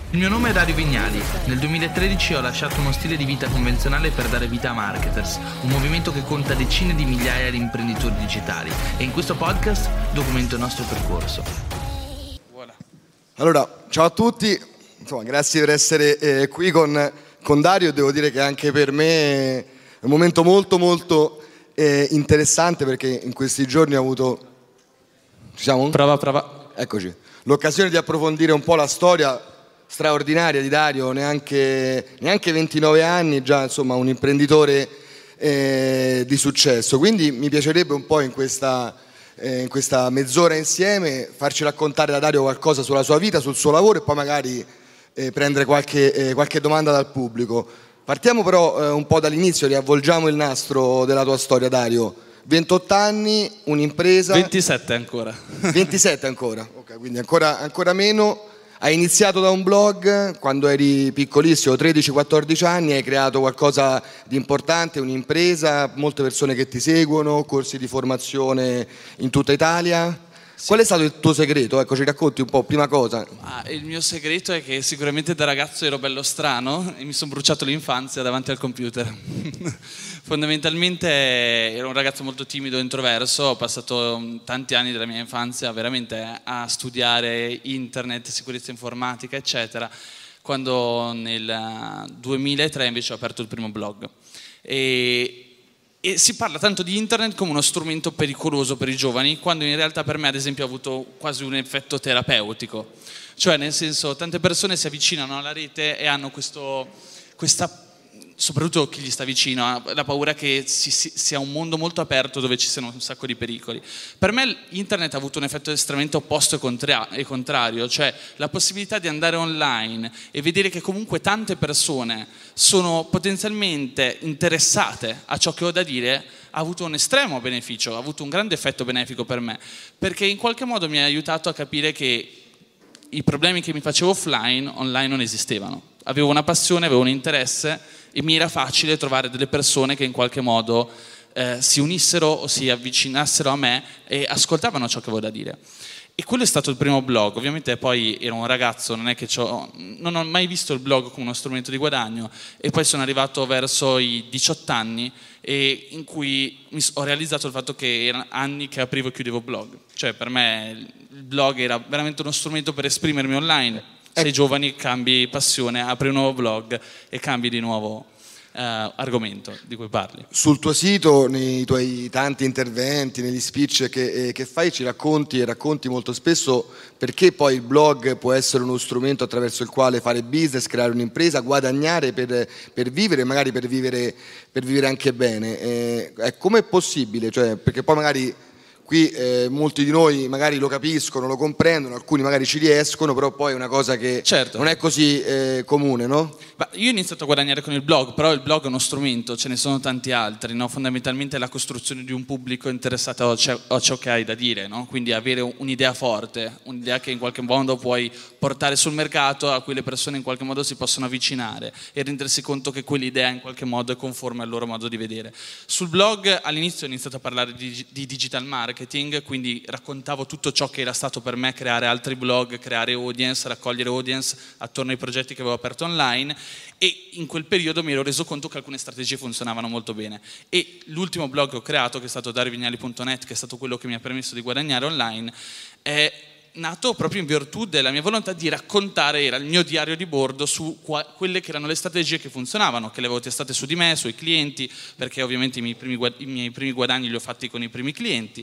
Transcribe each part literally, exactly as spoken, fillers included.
Il mio nome è Dario Vignali. Nel duemilatredici ho lasciato uno stile di vita convenzionale per dare vita a Marketers, un movimento che conta decine di migliaia di imprenditori digitali, e in questo podcast documento il nostro percorso. Allora, ciao a tutti, insomma, grazie per essere eh, qui con, con Dario. Devo dire che anche per me è un momento molto molto eh, interessante, perché in questi giorni ho avuto... Ci siamo? Prova, prova. Eccoci. L'occasione di approfondire un po' la storia straordinaria di Dario, neanche, neanche ventinove anni, già insomma un imprenditore eh, di successo. Quindi mi piacerebbe un po' in questa, eh, in questa mezz'ora insieme farci raccontare da Dario qualcosa sulla sua vita, sul suo lavoro, e poi magari eh, prendere qualche, eh, qualche domanda dal pubblico. Partiamo però eh, un po' dall'inizio, riavvolgiamo il nastro della tua storia, Dario. ventotto anni, un'impresa... ventisette ancora. ventisette ancora, ok, quindi ancora, ancora meno. Hai iniziato da un blog quando eri piccolissimo, tredici quattordici anni, hai creato qualcosa di importante, un'impresa, molte persone che ti seguono, corsi di formazione in tutta Italia. Sì. Qual è stato il tuo segreto? Ecco, ci racconti un po', prima cosa. Ah, il mio segreto è che sicuramente da ragazzo ero bello strano e mi sono bruciato l'infanzia davanti al computer. Fondamentalmente ero un ragazzo molto timido e introverso, ho passato tanti anni della mia infanzia veramente a studiare internet, sicurezza informatica, eccetera, quando nel duemilatré invece ho aperto il primo blog. E E si parla tanto di internet come uno strumento pericoloso per i giovani, quando in realtà per me, ad esempio, ha avuto quasi un effetto terapeutico. Cioè, nel senso, tante persone si avvicinano alla rete e hanno questo, questa, soprattutto chi gli sta vicino, ha la paura che si, si, sia un mondo molto aperto dove ci siano un sacco di pericoli. Per me internet ha avuto un effetto estremamente opposto e, contra- e contrario, cioè la possibilità di andare online e vedere che comunque tante persone sono potenzialmente interessate a ciò che ho da dire ha avuto un estremo beneficio, ha avuto un grande effetto benefico per me, perché in qualche modo mi ha aiutato a capire che i problemi che mi facevo offline, online non esistevano. Avevo una passione, avevo un interesse e mi era facile trovare delle persone che in qualche modo eh, si unissero o si avvicinassero a me e ascoltavano ciò che avevo da dire. E quello è stato il primo blog. Ovviamente poi ero un ragazzo, non è che c'ho, non ho mai visto il blog come uno strumento di guadagno, e poi sono arrivato verso i diciotto anni e in cui mi ho realizzato il fatto che erano anni che aprivo e chiudevo blog. Cioè per me il blog era veramente uno strumento per esprimermi online. Sei giovani, cambi passione, apri un nuovo blog e cambi di nuovo eh, argomento di cui parli. Sul tuo sito, nei tuoi tanti interventi, negli speech che, eh, che fai, ci racconti e racconti molto spesso perché poi il blog può essere uno strumento attraverso il quale fare business, creare un'impresa, guadagnare per, per vivere, magari per vivere, per vivere anche bene. Eh, eh, com'è possibile? Cioè, perché poi magari... Qui eh, molti di noi magari lo capiscono, lo comprendono, alcuni magari ci riescono, però poi è una cosa che certo. non è così eh, comune, no? Ma io ho iniziato a guadagnare con il blog, però il blog è uno strumento, ce ne sono tanti altri, no? Fondamentalmente è la costruzione di un pubblico interessato a ciò, a ciò che hai da dire, no? Quindi avere un'idea forte, un'idea che in qualche modo puoi portare sul mercato, a cui le persone in qualche modo si possono avvicinare e rendersi conto che quell'idea in qualche modo è conforme al loro modo di vedere. Sul blog all'inizio ho iniziato a parlare di, di digital marketing, quindi raccontavo tutto ciò che era stato per me creare altri blog, creare audience, raccogliere audience attorno ai progetti che avevo aperto online, e in quel periodo mi ero reso conto che alcune strategie funzionavano molto bene. E l'ultimo blog che ho creato, che è stato dario vignali punto net, che è stato quello che mi ha permesso di guadagnare online, è nato proprio in virtù della mia volontà di raccontare, era il mio diario di bordo su qua, quelle che erano le strategie che funzionavano, che le avevo testate su di me, sui clienti, perché ovviamente i miei primi, i miei primi guadagni li ho fatti con i primi clienti.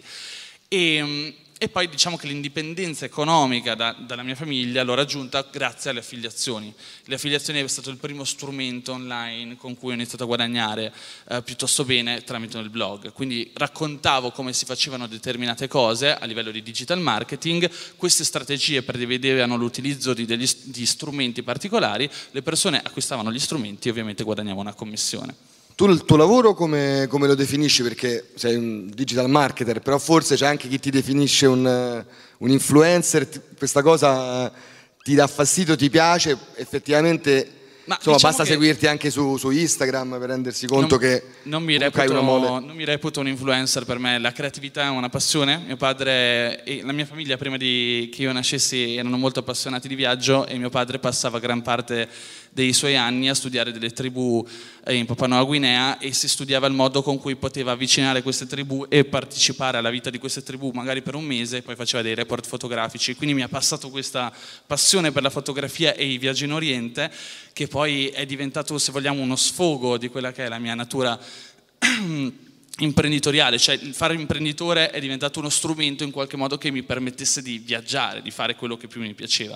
E, e poi diciamo che l'indipendenza economica da, dalla mia famiglia l'ho raggiunta grazie alle affiliazioni. Le affiliazioni è stato il primo strumento online con cui ho iniziato a guadagnare eh, piuttosto bene tramite il blog. Quindi raccontavo come si facevano determinate cose a livello di digital marketing, queste strategie prevedevano l'utilizzo di degli di strumenti particolari, le persone acquistavano gli strumenti e ovviamente guadagnavano una commissione. Tu il tuo lavoro come, come lo definisci? Perché sei un digital marketer, però forse c'è anche chi ti definisce un, un influencer, questa cosa ti dà fastidio, ti piace? Effettivamente Ma insomma, diciamo basta che seguirti anche su, su Instagram per rendersi conto non, che non mi, hai una reputo, mole. non mi reputo un influencer. Per me la creatività è una passione. Mio padre e la mia famiglia, prima di che io nascessi, erano molto appassionati di viaggio, e mio padre passava gran parte dei suoi anni a studiare delle tribù in Papua Nuova Guinea, e si studiava il modo con cui poteva avvicinare queste tribù e partecipare alla vita di queste tribù magari per un mese, e poi faceva dei report fotografici. Quindi mi ha passato questa passione per la fotografia e i viaggi in Oriente, che poi è diventato, se vogliamo, uno sfogo di quella che è la mia natura imprenditoriale. Cioè il fare imprenditore è diventato uno strumento in qualche modo che mi permettesse di viaggiare, di fare quello che più mi piaceva.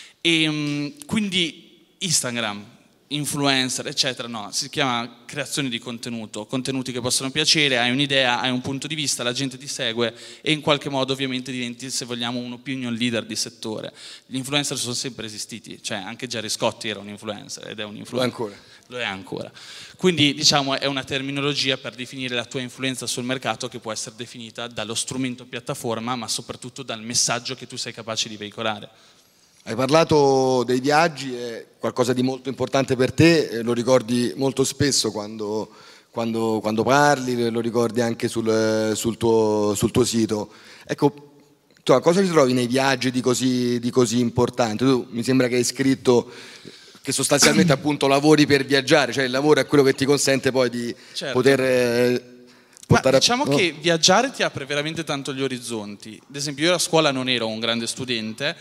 E quindi Instagram, influencer, eccetera, no, si chiama creazione di contenuto, contenuti che possono piacere, hai un'idea, hai un punto di vista, la gente ti segue, e in qualche modo ovviamente diventi, se vogliamo, un opinion leader di settore. Gli influencer sono sempre esistiti, cioè anche Gerry Scotti era un influencer ed è un influencer. Lo è ancora. Lo è ancora. Quindi diciamo è una terminologia per definire la tua influenza sul mercato, che può essere definita dallo strumento piattaforma, ma soprattutto dal messaggio che tu sei capace di veicolare. Hai parlato dei viaggi, è qualcosa di molto importante per te, lo ricordi molto spesso quando, quando, quando parli, lo ricordi anche sul, sul, tuo, sul tuo sito. Ecco, tu, cosa ci trovi nei viaggi di così, di così importante? Tu mi sembra che hai scritto che sostanzialmente appunto lavori per viaggiare, cioè il lavoro è quello che ti consente poi di certo. poter... Eh, Ma diciamo a... no? che viaggiare ti apre veramente tanto gli orizzonti. Ad esempio io a scuola non ero un grande studente,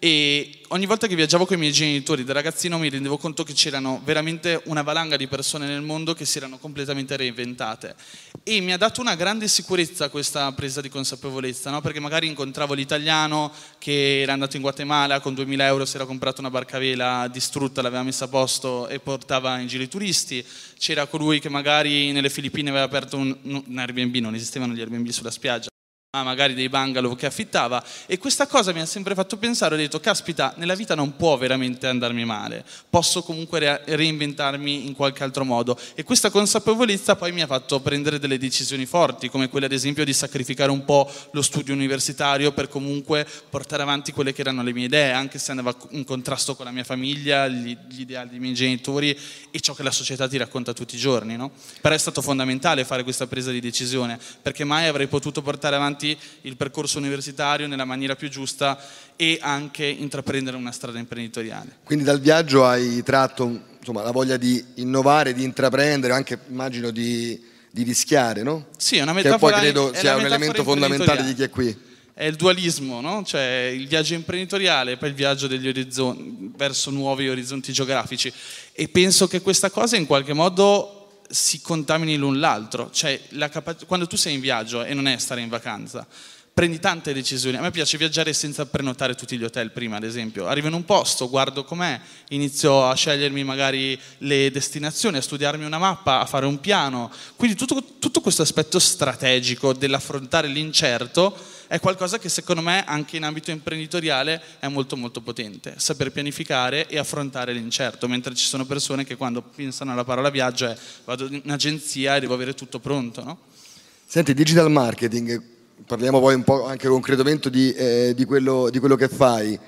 e ogni volta che viaggiavo con i miei genitori da ragazzino mi rendevo conto che c'erano veramente una valanga di persone nel mondo che si erano completamente reinventate, e mi ha dato una grande sicurezza questa presa di consapevolezza, no? Perché magari incontravo l'italiano che era andato in Guatemala, con duemila euro si era comprato una barca a vela distrutta, l'aveva messa a posto e portava in giro i turisti. C'era colui che magari nelle Filippine aveva aperto un, un Airbnb, non esistevano gli Airbnb sulla spiaggia, magari dei bungalow che affittava, e questa cosa mi ha sempre fatto pensare. Ho detto, caspita, nella vita non può veramente andarmi male, posso comunque re- reinventarmi in qualche altro modo, e questa consapevolezza poi mi ha fatto prendere delle decisioni forti, come quella ad esempio di sacrificare un po' lo studio universitario per comunque portare avanti quelle che erano le mie idee, anche se andava in contrasto con la mia famiglia, gli, gli ideali dei miei genitori e ciò che la società ti racconta tutti i giorni, no? Però è stato fondamentale fare questa presa di decisione, perché mai avrei potuto portare avanti il percorso universitario nella maniera più giusta e anche intraprendere una strada imprenditoriale. Quindi dal viaggio hai tratto, insomma, la voglia di innovare, di intraprendere, anche immagino di, di rischiare, no? Sì, è una metafora. Che poi credo sia un elemento fondamentale di chi è qui. È il dualismo, no? Cioè il viaggio imprenditoriale e poi il viaggio degli orizzonti, verso nuovi orizzonti geografici, e penso che questa cosa in qualche modo si contamini l'un l'altro. Cioè la capa- quando tu sei in viaggio, e non è stare in vacanza, prendi tante decisioni. A me piace viaggiare senza prenotare tutti gli hotel prima, ad esempio. Arrivo in un posto, guardo com'è, inizio a scegliermi magari le destinazioni, a studiarmi una mappa, a fare un piano. Quindi tutto, tutto questo aspetto strategico dell'affrontare l'incerto è qualcosa che secondo me anche in ambito imprenditoriale è molto molto potente, saper pianificare e affrontare l'incerto, mentre ci sono persone che quando pensano alla parola viaggio è vado in un'agenzia e devo avere tutto pronto, no? Senti, digital marketing, parliamo poi un po' anche concretamente di, eh, di, quello, di quello che fai.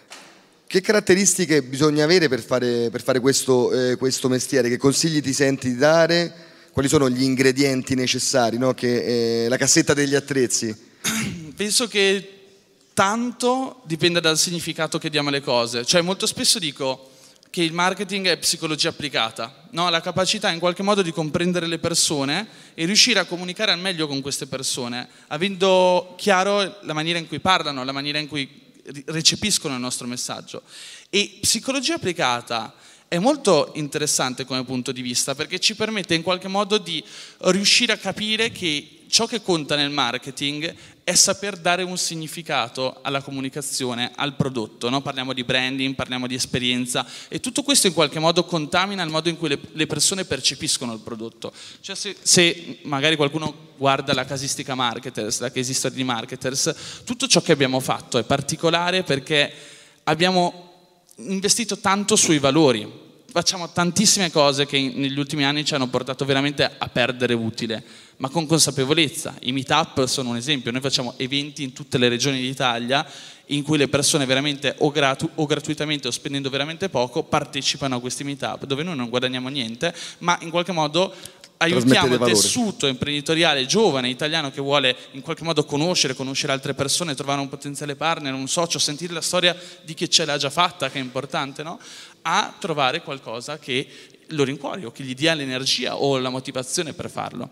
Che caratteristiche bisogna avere per fare, per fare questo, eh, questo mestiere? Che consigli ti senti di dare? Quali sono gli ingredienti necessari, no? Che, eh, la cassetta degli attrezzi? Penso che tanto dipenda dal significato che diamo alle cose. Cioè molto spesso dico che il marketing è psicologia applicata, no? La capacità in qualche modo di comprendere le persone e riuscire a comunicare al meglio con queste persone, avendo chiaro la maniera in cui parlano, la maniera in cui recepiscono il nostro messaggio. E psicologia applicata è molto interessante come punto di vista, perché ci permette in qualche modo di riuscire a capire che ciò che conta nel marketing è saper dare un significato alla comunicazione, al prodotto, no? Parliamo di branding, parliamo di esperienza, e tutto questo in qualche modo contamina il modo in cui le, le persone percepiscono il prodotto. Cioè se, se magari qualcuno guarda la casistica marketers, la case history di marketers, tutto ciò che abbiamo fatto è particolare perché abbiamo investito tanto sui valori. Facciamo tantissime cose che negli ultimi anni ci hanno portato veramente a perdere utile, ma con consapevolezza. I meetup sono un esempio, noi facciamo eventi in tutte le regioni d'Italia in cui le persone veramente o, gratu- o gratuitamente o spendendo veramente poco partecipano a questi meetup, dove noi non guadagniamo niente, ma in qualche modo aiutiamo il tessuto imprenditoriale giovane italiano che vuole in qualche modo conoscere, conoscere altre persone, trovare un potenziale partner, un socio, sentire la storia di chi ce l'ha già fatta, che è importante, no? A trovare qualcosa che lo rincuori o che gli dia l'energia o la motivazione per farlo.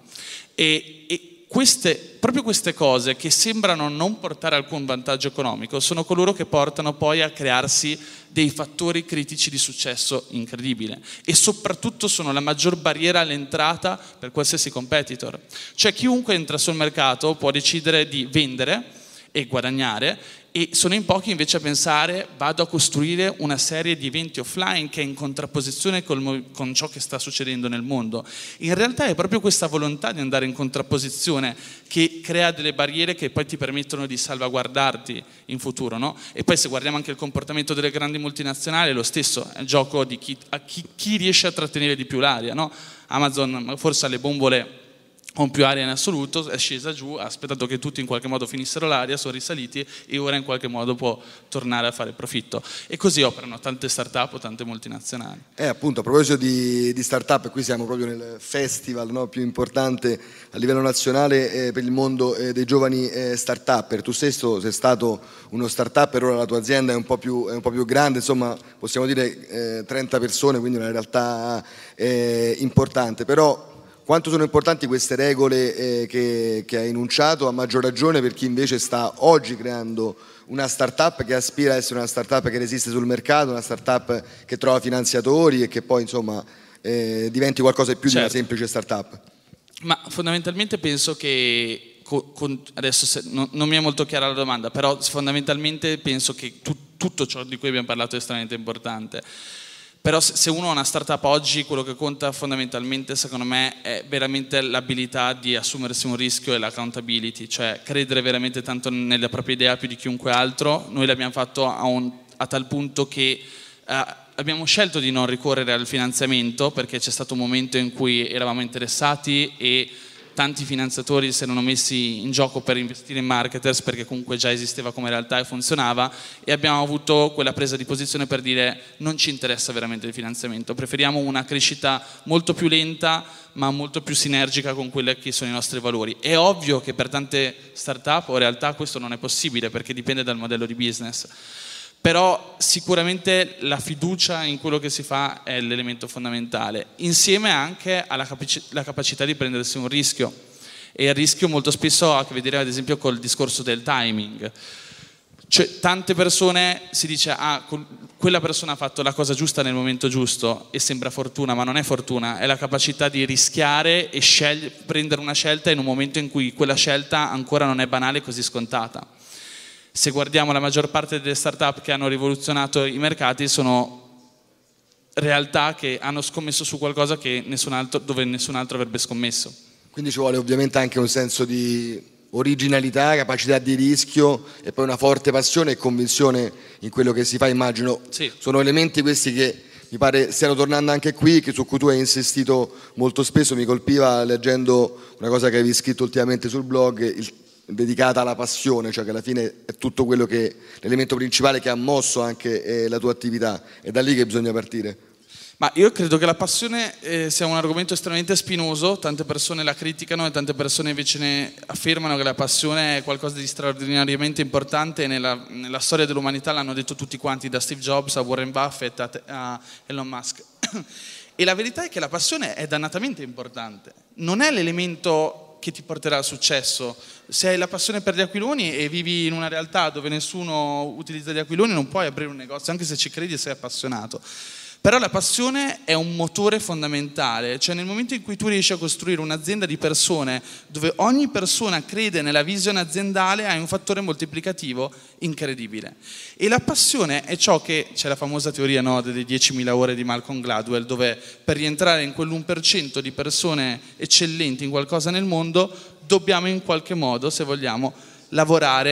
E, e queste, proprio queste cose che sembrano non portare alcun vantaggio economico sono coloro che portano poi a crearsi dei fattori critici di successo incredibile e soprattutto sono la maggior barriera all'entrata per qualsiasi competitor. Cioè chiunque entra sul mercato può decidere di vendere e guadagnare e sono in pochi invece a pensare vado a costruire una serie di eventi offline che è in contrapposizione col, con ciò che sta succedendo nel mondo. In realtà è proprio questa volontà di andare in contrapposizione che crea delle barriere che poi ti permettono di salvaguardarti in futuro, no? E poi se guardiamo anche il comportamento delle grandi multinazionali è lo stesso, è il gioco di chi, a chi, chi riesce a trattenere di più l'aria, no? Amazon forse alle bombole con più aria in assoluto, è scesa giù, ha aspettato che tutti in qualche modo finissero l'aria, sono risaliti e ora in qualche modo può tornare a fare profitto. E così operano tante start-up o tante multinazionali. Eh, appunto, a proposito di, di start-up, qui siamo proprio nel festival, no, più importante a livello nazionale eh, per il mondo eh, dei giovani eh, start-upper. Tu stesso sei stato uno start-upper, ora la tua azienda è un po' più, è un po' più grande, insomma possiamo dire eh, trenta persone, quindi una realtà eh, importante, però quanto sono importanti queste regole eh, che, che hai enunciato, a maggior ragione per chi invece sta oggi creando una startup che aspira a essere una startup che resiste sul mercato, una startup che trova finanziatori e che poi insomma eh, diventi qualcosa di più certo. di una semplice startup? Ma fondamentalmente penso che, con, con, adesso se, no, non mi è molto chiara la domanda, però fondamentalmente penso che tu, tutto ciò di cui abbiamo parlato è estremamente importante. Però se uno ha una startup oggi, quello che conta fondamentalmente secondo me è veramente l'abilità di assumersi un rischio e l'accountability, cioè credere veramente tanto nella propria idea più di chiunque altro. Noi l'abbiamo fatto a, un, a tal punto che eh, abbiamo scelto di non ricorrere al finanziamento perché c'è stato un momento in cui eravamo interessati e tanti finanziatori si erano messi in gioco per investire in marketers perché comunque già esisteva come realtà e funzionava e abbiamo avuto quella presa di posizione per dire non ci interessa veramente il finanziamento, preferiamo una crescita molto più lenta ma molto più sinergica con quelli che sono i nostri valori. È ovvio che per tante startup o realtà questo non è possibile perché dipende dal modello di business. Però sicuramente la fiducia in quello che si fa è l'elemento fondamentale, insieme anche alla capaci- la capacità di prendersi un rischio. E il rischio molto spesso ha a che vedere ad esempio col discorso del timing. Cioè, tante persone si dice ah, quella persona ha fatto la cosa giusta nel momento giusto e sembra fortuna, ma non è fortuna, è la capacità di rischiare e scegli- prendere una scelta in un momento in cui quella scelta ancora non è banale e così scontata. Se guardiamo la maggior parte delle start-up che hanno rivoluzionato i mercati sono realtà che hanno scommesso su qualcosa che nessun altro, dove nessun altro avrebbe scommesso. Quindi ci vuole ovviamente anche un senso di originalità, capacità di rischio e poi una forte passione e convinzione in quello che si fa, immagino. Sì. Sono elementi questi che mi pare stiano tornando anche qui, che su cui tu hai insistito molto spesso. Mi colpiva leggendo una cosa che avevi scritto ultimamente sul blog, il dedicata alla passione, cioè che alla fine è tutto quello che l'elemento principale che ha mosso anche eh, la tua attività, è da lì che bisogna partire. Ma io credo che la passione eh, sia un argomento estremamente spinoso, tante persone la criticano e tante persone invece ne affermano che la passione è qualcosa di straordinariamente importante e nella, nella storia dell'umanità l'hanno detto tutti quanti, da Steve Jobs a Warren Buffett a, a Elon Musk. E la verità è che la passione è dannatamente importante, non è l'elemento che ti porterà al successo. Se hai la passione per gli aquiloni e vivi in una realtà dove nessuno utilizza gli aquiloni non puoi aprire un negozio, anche se ci credi e sei appassionato. Però la passione è un motore fondamentale, cioè nel momento in cui tu riesci a costruire un'azienda di persone dove ogni persona crede nella visione aziendale hai un fattore moltiplicativo incredibile. E la passione è ciò che, c'è la famosa teoria no, delle diecimila ore di Malcolm Gladwell, dove per rientrare in quell'uno per cento di persone eccellenti in qualcosa nel mondo dobbiamo in qualche modo, se vogliamo, lavorare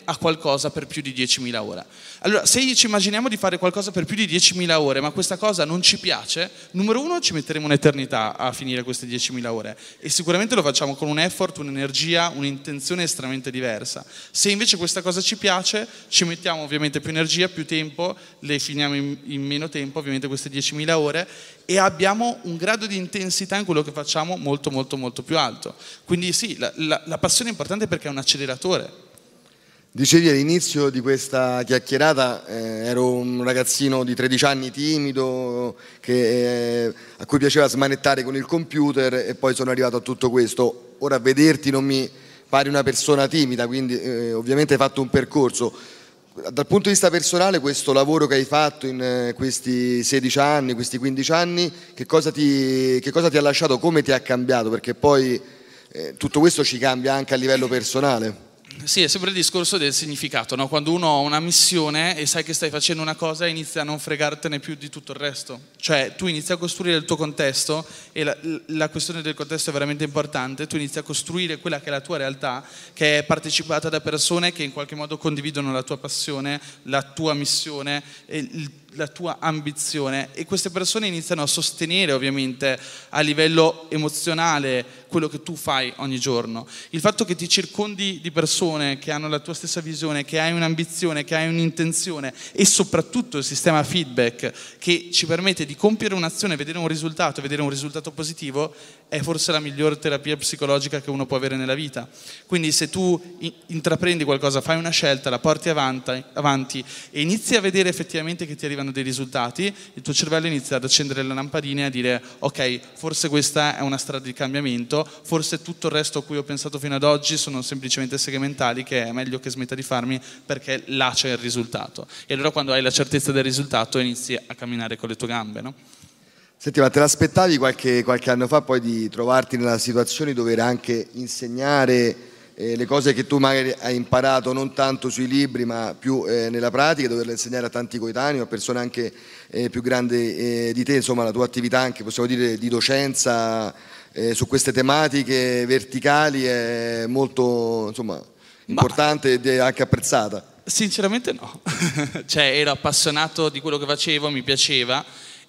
a qualcosa per più di diecimila ore. Allora, se ci immaginiamo di fare qualcosa per più di diecimila ore, ma questa cosa non ci piace, numero uno ci metteremo un'eternità a finire queste diecimila ore e sicuramente lo facciamo con un effort, un'energia, un'intenzione estremamente diversa. Se invece questa cosa ci piace, ci mettiamo ovviamente più energia, più tempo, le finiamo in, in meno tempo, ovviamente queste diecimila ore, e abbiamo un grado di intensità in quello che facciamo molto molto molto più alto. Quindi sì, la, la, la passione è importante perché è un acceleratore. Dicevi all'inizio di questa chiacchierata, eh, ero un ragazzino di tredici anni timido, che, eh, a cui piaceva smanettare con il computer, e poi sono arrivato a tutto questo. Ora a vederti non mi pari una persona timida, quindi eh, ovviamente hai fatto un percorso. Dal punto di vista personale, questo lavoro che hai fatto in eh, questi sedici anni, questi quindici anni, che cosa ti, che cosa ti ha lasciato, come ti ha cambiato? Perché poi eh, tutto questo ci cambia anche a livello personale. Sì, è sempre il discorso del significato, no? Quando uno ha una missione e sai che stai facendo una cosa, inizia a non fregartene più di tutto il resto. Cioè tu inizi a costruire il tuo contesto, e la, la questione del contesto è veramente importante. Tu inizi a costruire quella che è la tua realtà, che è partecipata da persone che in qualche modo condividono la tua passione, la tua missione, il, la tua ambizione, e queste persone iniziano a sostenere ovviamente a livello emozionale quello che tu fai ogni giorno. Il fatto che ti circondi di persone che hanno la tua stessa visione, che hai un'ambizione, che hai un'intenzione, e soprattutto il sistema feedback che ci permette di compiere un'azione, vedere un risultato, vedere un risultato positivo, è forse la miglior terapia psicologica che uno può avere nella vita. Quindi se tu intraprendi qualcosa, fai una scelta, la porti avanti, avanti e inizi a vedere effettivamente che ti arrivano dei risultati, il tuo cervello inizia ad accendere le lampadine e a dire ok, forse questa è una strada di cambiamento, forse tutto il resto a cui ho pensato fino ad oggi sono semplicemente seghe mentali, che è meglio che smetta di farmi, perché là c'è il risultato. E allora quando hai la certezza del risultato inizi a camminare con le tue gambe, no? Senti, ma te l'aspettavi qualche, qualche anno fa poi di trovarti nella situazione di dover anche insegnare eh, le cose che tu magari hai imparato non tanto sui libri ma più eh, nella pratica, doverle insegnare a tanti coetanei o a persone anche eh, più grandi eh, di te, insomma la tua attività anche, possiamo dire, di docenza eh, su queste tematiche verticali è molto, insomma, importante ed è anche apprezzata? Sinceramente no, cioè ero appassionato di quello che facevo, mi piaceva.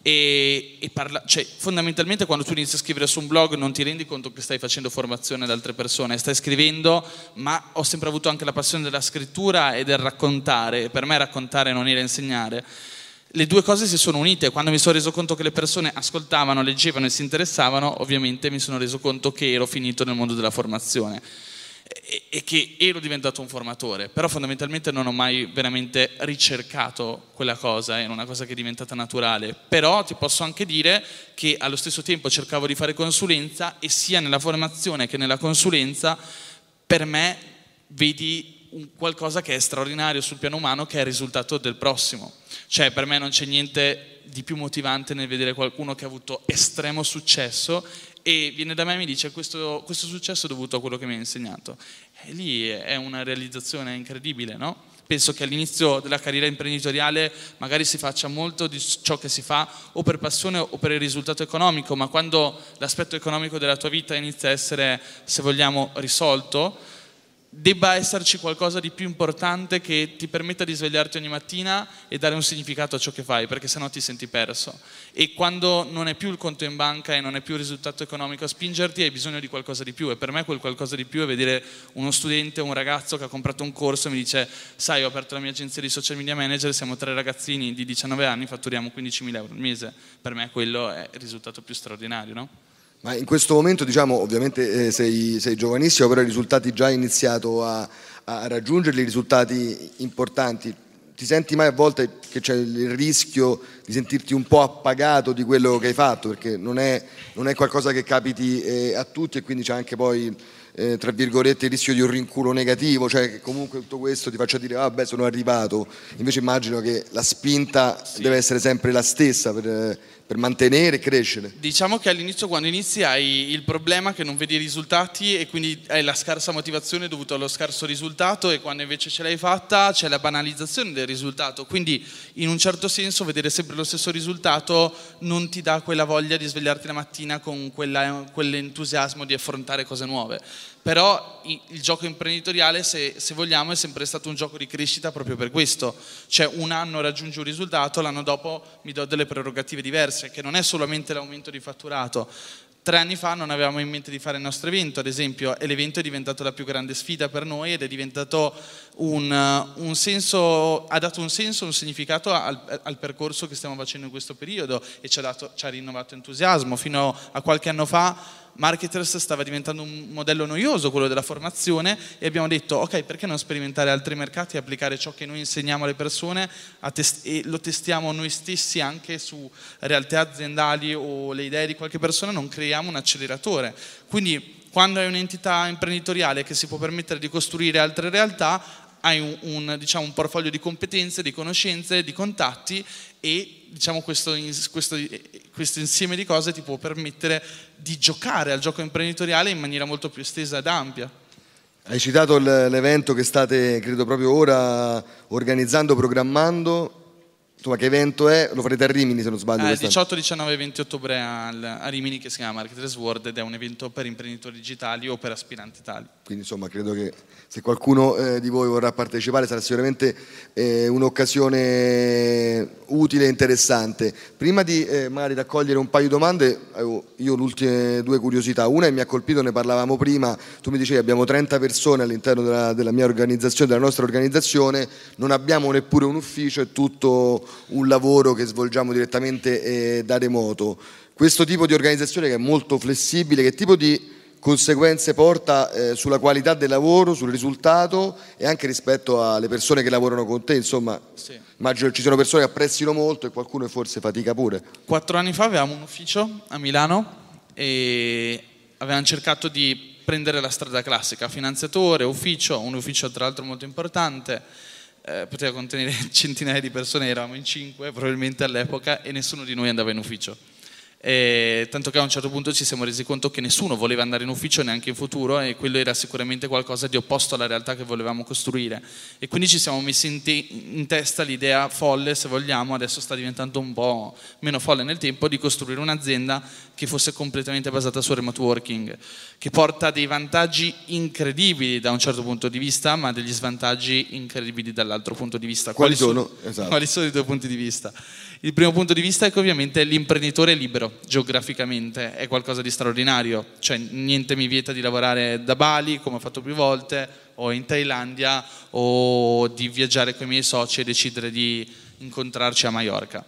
E, e parla, cioè, fondamentalmente quando tu inizi a scrivere su un blog non ti rendi conto che stai facendo formazione ad altre persone, stai scrivendo, ma ho sempre avuto anche la passione della scrittura e del raccontare. Per me raccontare non era insegnare. Le due cose si sono unite. Quando mi sono reso conto che le persone ascoltavano, leggevano e si interessavano, ovviamente mi sono reso conto che ero finito nel mondo della formazione e che ero diventato un formatore, però fondamentalmente non ho mai veramente ricercato quella cosa, era una cosa che è diventata naturale. Però ti posso anche dire che allo stesso tempo cercavo di fare consulenza, e sia nella formazione che nella consulenza per me vedi un qualcosa che è straordinario sul piano umano, che è il risultato del prossimo. Cioè per me non c'è niente di più motivante nel vedere qualcuno che ha avuto estremo successo e viene da me e mi dice questo, questo successo è dovuto a quello che mi ha insegnato. E lì è una realizzazione incredibile, no? Penso che all'inizio della carriera imprenditoriale magari si faccia molto di ciò che si fa o per passione o per il risultato economico, ma quando l'aspetto economico della tua vita inizia a essere, se vogliamo, risolto, debba esserci qualcosa di più importante che ti permetta di svegliarti ogni mattina e dare un significato a ciò che fai, perché sennò ti senti perso. E quando non è più il conto in banca e non è più il risultato economico a spingerti, hai bisogno di qualcosa di più. E per me quel qualcosa di più è vedere uno studente, un ragazzo che ha comprato un corso e mi dice sai, ho aperto la mia agenzia di social media manager, siamo tre ragazzini di diciannove anni, fatturiamo quindicimila euro al mese. Per me quello è il risultato più straordinario, no? Ma in questo momento, diciamo, ovviamente eh, sei, sei giovanissimo, però i risultati già hai iniziato a, a raggiungerli, risultati importanti. Ti senti mai a volte che c'è il rischio di sentirti un po' appagato di quello che hai fatto? Perché non è, non è qualcosa che capiti eh, a tutti, e quindi c'è anche poi, eh, tra virgolette, il rischio di un rinculo negativo, cioè che comunque tutto questo ti faccia dire vabbè, sono arrivato. Invece immagino che la spinta sì. deve essere sempre la stessa per... per mantenere e crescere. Diciamo che all'inizio, quando inizi, hai il problema che non vedi i risultati e quindi hai la scarsa motivazione dovuta allo scarso risultato, e quando invece ce l'hai fatta c'è la banalizzazione del risultato. Quindi in un certo senso vedere sempre lo stesso risultato non ti dà quella voglia di svegliarti la mattina con quella, quell'entusiasmo di affrontare cose nuove. Però il gioco imprenditoriale, se, se vogliamo, è sempre stato un gioco di crescita proprio per questo. Cioè un anno raggiungo un risultato, l'anno dopo mi do delle prerogative diverse, che non è solamente l'aumento di fatturato. Tre anni fa non avevamo in mente di fare il nostro evento, ad esempio, e l'evento è diventato la più grande sfida per noi ed è diventato un, un senso, ha dato un senso, un significato al, al percorso che stiamo facendo in questo periodo e ci ha, dato, ci ha rinnovato entusiasmo. Fino a qualche anno fa Marketers stava diventando un modello noioso, quello della formazione, e abbiamo detto ok, perché non sperimentare altri mercati e applicare ciò che noi insegniamo alle persone a test- e lo testiamo noi stessi anche su realtà aziendali o le idee di qualche persona, non creiamo un acceleratore. Quindi quando hai un'entità imprenditoriale che si può permettere di costruire altre realtà, hai un, un, diciamo, un portfolio di competenze, di conoscenze, di contatti e diciamo, questo, questo, questo insieme di cose ti può permettere di giocare al gioco imprenditoriale in maniera molto più estesa ed ampia. Hai citato l'evento che state, credo proprio ora, organizzando, programmando. Insomma, che evento è? Lo farete a Rimini, se non sbaglio. Eh, diciotto, diciannove e venti ottobre al, a Rimini, che si chiama Marketers World ed è un evento per imprenditori digitali o per aspiranti tali. Quindi insomma credo che se qualcuno eh, di voi vorrà partecipare sarà sicuramente eh, un'occasione utile e interessante. Prima di eh, magari raccogliere un paio di domande, io ho le ultime due curiosità. Una che mi ha colpito, ne parlavamo prima, tu mi dicevi abbiamo trenta persone all'interno della, della mia organizzazione, della nostra organizzazione, non abbiamo neppure un ufficio, è tutto un lavoro che svolgiamo direttamente eh, da remoto. Questo tipo di organizzazione che è molto flessibile, che tipo di conseguenze porta eh, sulla qualità del lavoro, sul risultato e anche rispetto alle persone che lavorano con te? Insomma, sì. Immagino che ci siano persone che apprezzino molto e qualcuno che forse fatica pure. Quattro anni fa avevamo un ufficio a Milano e avevamo cercato di prendere la strada classica, finanziatore, ufficio, un ufficio tra l'altro molto importante. Eh, poteva contenere centinaia di persone, eravamo in cinque probabilmente all'epoca e nessuno di noi andava in ufficio, e tanto che a un certo punto ci siamo resi conto che nessuno voleva andare in ufficio neanche in futuro e quello era sicuramente qualcosa di opposto alla realtà che volevamo costruire e quindi ci siamo messi in, te- in testa l'idea folle, se vogliamo, adesso sta diventando un po' meno folle nel tempo, di costruire un'azienda che fosse completamente basata sul remote working, che porta dei vantaggi incredibili da un certo punto di vista ma degli svantaggi incredibili dall'altro punto di vista. Quali, Quali sono? sono? Esatto. Quali sono i due punti di vista? Il primo punto di vista è che ovviamente l'imprenditore è libero geograficamente, è qualcosa di straordinario, cioè niente mi vieta di lavorare da Bali come ho fatto più volte o in Thailandia o di viaggiare con i miei soci e decidere di incontrarci a Maiorca.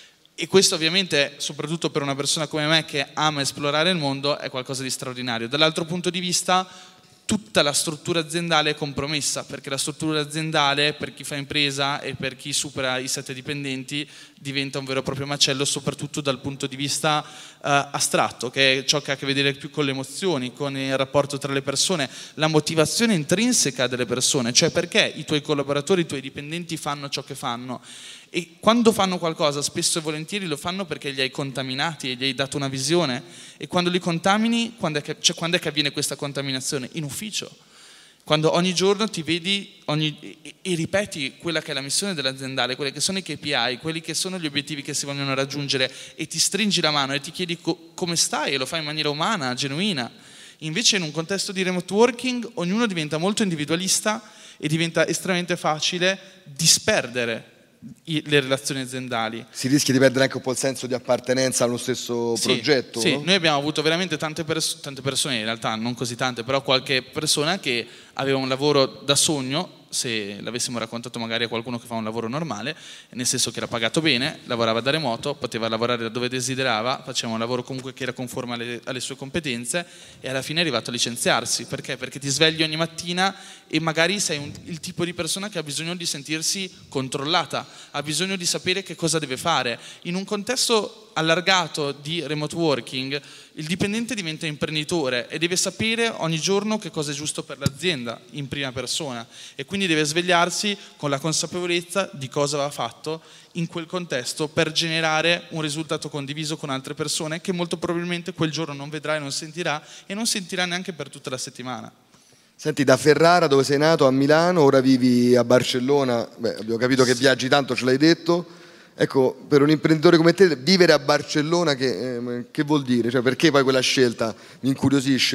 E questo ovviamente, soprattutto per una persona come me che ama esplorare il mondo, è qualcosa di straordinario. Dall'altro punto di vista, tutta la struttura aziendale è compromessa, perché la struttura aziendale per chi fa impresa e per chi supera i sette dipendenti diventa un vero e proprio macello, soprattutto dal punto di vista uh, astratto, che è ciò che ha a che vedere più con le emozioni, con il rapporto tra le persone, la motivazione intrinseca delle persone, cioè perché i tuoi collaboratori, i tuoi dipendenti fanno ciò che fanno. E quando fanno qualcosa, spesso e volentieri lo fanno perché li hai contaminati e gli hai dato una visione. E quando li contamini, quando è che, cioè quando è che avviene questa contaminazione? In ufficio. Quando ogni giorno ti vedi ogni, e, e ripeti quella che è la missione dell'aziendale, quelli che sono i K P I, quelli che sono gli obiettivi che si vogliono raggiungere e ti stringi la mano e ti chiedi co- come stai e lo fai in maniera umana, genuina. Invece in un contesto di remote working ognuno diventa molto individualista e diventa estremamente facile disperdere le relazioni aziendali. Si rischia di perdere anche un po' il senso di appartenenza allo stesso sì, progetto? Sì, no? Noi abbiamo avuto veramente tante, pers- tante persone, in realtà non così tante, però qualche persona che aveva un lavoro da sogno, se l'avessimo raccontato magari a qualcuno che fa un lavoro normale, nel senso che era pagato bene, lavorava da remoto, poteva lavorare da dove desiderava, faceva un lavoro comunque che era conforme alle, alle sue competenze e alla fine è arrivato a licenziarsi. Perché? Perché ti svegli ogni mattina e magari sei un, il tipo di persona che ha bisogno di sentirsi controllata, ha bisogno di sapere che cosa deve fare. In un contesto allargato di remote working, il dipendente diventa imprenditore e deve sapere ogni giorno che cosa è giusto per l'azienda in prima persona e quindi deve svegliarsi con la consapevolezza di cosa va fatto in quel contesto per generare un risultato condiviso con altre persone che molto probabilmente quel giorno non vedrà e non sentirà e non sentirà neanche per tutta la settimana. Senti, da Ferrara, dove sei nato, a Milano, ora vivi a Barcellona. Beh, abbiamo capito che viaggi tanto, ce l'hai detto. Ecco, per un imprenditore come te vivere a Barcellona che, eh, che vuol dire? Cioè, perché poi quella scelta mi incuriosisce?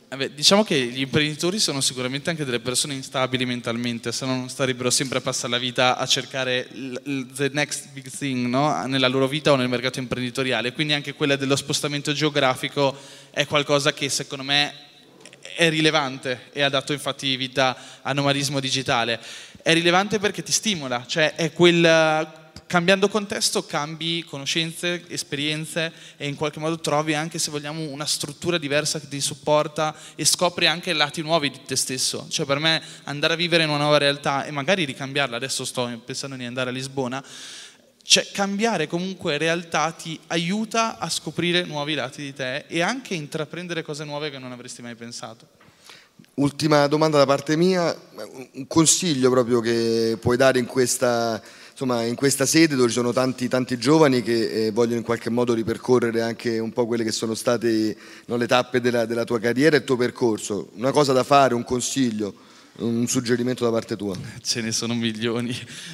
Vabbè, diciamo che gli imprenditori sono sicuramente anche delle persone instabili mentalmente, se no non starebbero sempre a passare la vita a cercare il the next big thing, no? Nella loro vita o nel mercato imprenditoriale, quindi anche quella dello spostamento geografico è qualcosa che secondo me è rilevante e ha dato infatti vita al nomadismo digitale. È rilevante perché ti stimola, cioè è quel... Cambiando contesto cambi conoscenze, esperienze e in qualche modo trovi anche, se vogliamo, una struttura diversa che ti supporta e scopri anche lati nuovi di te stesso. Cioè per me andare a vivere in una nuova realtà e magari ricambiarla, adesso sto pensando di andare a Lisbona, cioè cambiare comunque realtà ti aiuta a scoprire nuovi lati di te e anche intraprendere cose nuove che non avresti mai pensato. Ultima domanda da parte mia, un consiglio proprio che puoi dare in questa... Insomma, in questa sede dove ci sono tanti, tanti giovani che eh, vogliono in qualche modo ripercorrere anche un po' quelle che sono state, no, le tappe della, della tua carriera e il tuo percorso. Una cosa da fare, un consiglio, un suggerimento da parte tua? Ce ne sono milioni,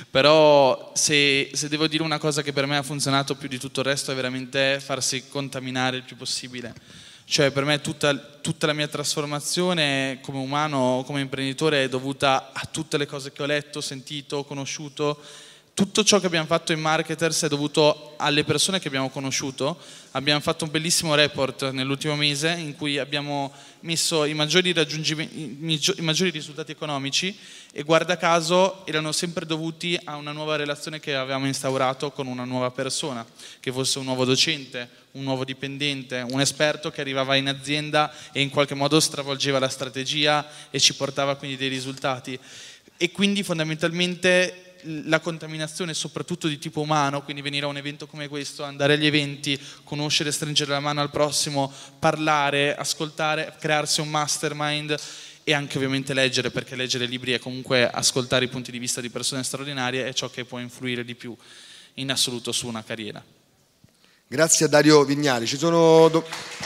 però se, se devo dire una cosa che per me ha funzionato più di tutto il resto è veramente farsi contaminare il più possibile. Cioè per me tutta, tutta la mia trasformazione come umano, come imprenditore è dovuta a tutte le cose che ho letto, sentito, conosciuto. Tutto ciò che abbiamo fatto in Marketers è dovuto alle persone che abbiamo conosciuto. Abbiamo fatto un bellissimo report nell'ultimo mese in cui abbiamo messo i maggiori, raggiungimenti, i maggiori risultati economici e guarda caso erano sempre dovuti a una nuova relazione che avevamo instaurato con una nuova persona, che fosse un nuovo docente, un nuovo dipendente, un esperto che arrivava in azienda e in qualche modo stravolgeva la strategia e ci portava quindi dei risultati. E quindi fondamentalmente la contaminazione soprattutto di tipo umano, quindi venire a un evento come questo, andare agli eventi, conoscere, stringere la mano al prossimo, parlare, ascoltare, crearsi un mastermind e anche ovviamente leggere, perché leggere libri è comunque ascoltare i punti di vista di persone straordinarie, è ciò che può influire di più in assoluto su una carriera. Grazie a Dario Vignali, ci sono do...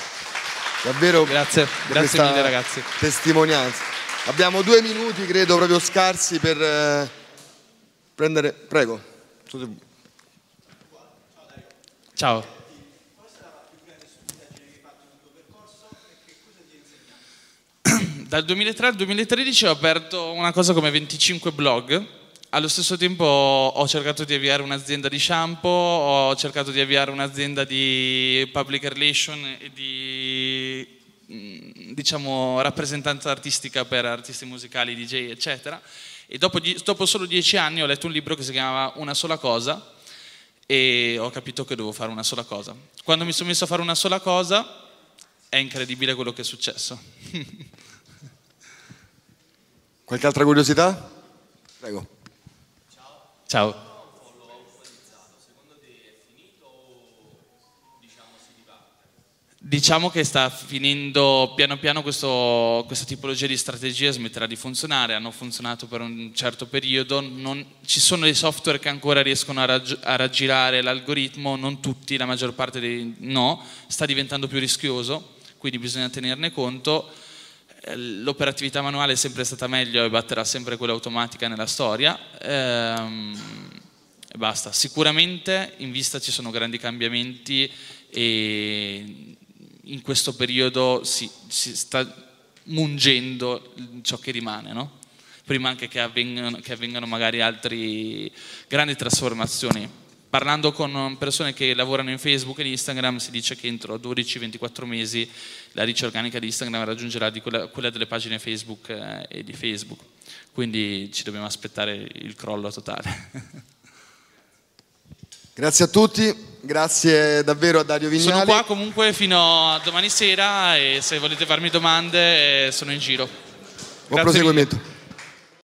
davvero grazie, grazie mille ragazzi. Testimonianza. Abbiamo due minuti credo proprio scarsi per eh, prendere, prego. Ciao. Dal duemilatré al duemilatredici ho aperto una cosa come venticinque blog. Allo stesso tempo ho cercato di avviare un'azienda di shampoo, ho cercato di avviare un'azienda di public relation e di, diciamo, rappresentanza artistica per artisti musicali, D J, eccetera. E dopo, dopo solo dieci anni ho letto un libro che si chiamava Una sola cosa e ho capito che dovevo fare una sola cosa. Quando mi sono messo a fare una sola cosa è incredibile quello che è successo. Qualche altra curiosità? Prego. Ciao. Diciamo che sta finendo piano piano questo, questa tipologia di strategia smetterà di funzionare, hanno funzionato per un certo periodo, non, ci sono dei software che ancora riescono a, raggi, a raggirare l'algoritmo, non tutti, la maggior parte dei no, sta diventando più rischioso, quindi bisogna tenerne conto. L'operatività manuale è sempre stata meglio e batterà sempre quella automatica nella storia. Ehm, e basta. Sicuramente in vista ci sono grandi cambiamenti e in questo periodo si, si sta mungendo ciò che rimane, no? Prima anche che avvengano, che avvengano magari altre grandi trasformazioni. Parlando con persone che lavorano in Facebook e in Instagram si dice che entro dodici ventiquattro mesi la reach organica di Instagram raggiungerà di quella, quella delle pagine Facebook eh, e di Facebook, quindi ci dobbiamo aspettare il crollo totale. Grazie a tutti, grazie davvero a Dario Vignali. Sono qua comunque fino a domani sera e se volete farmi domande sono in giro. Buon proseguimento.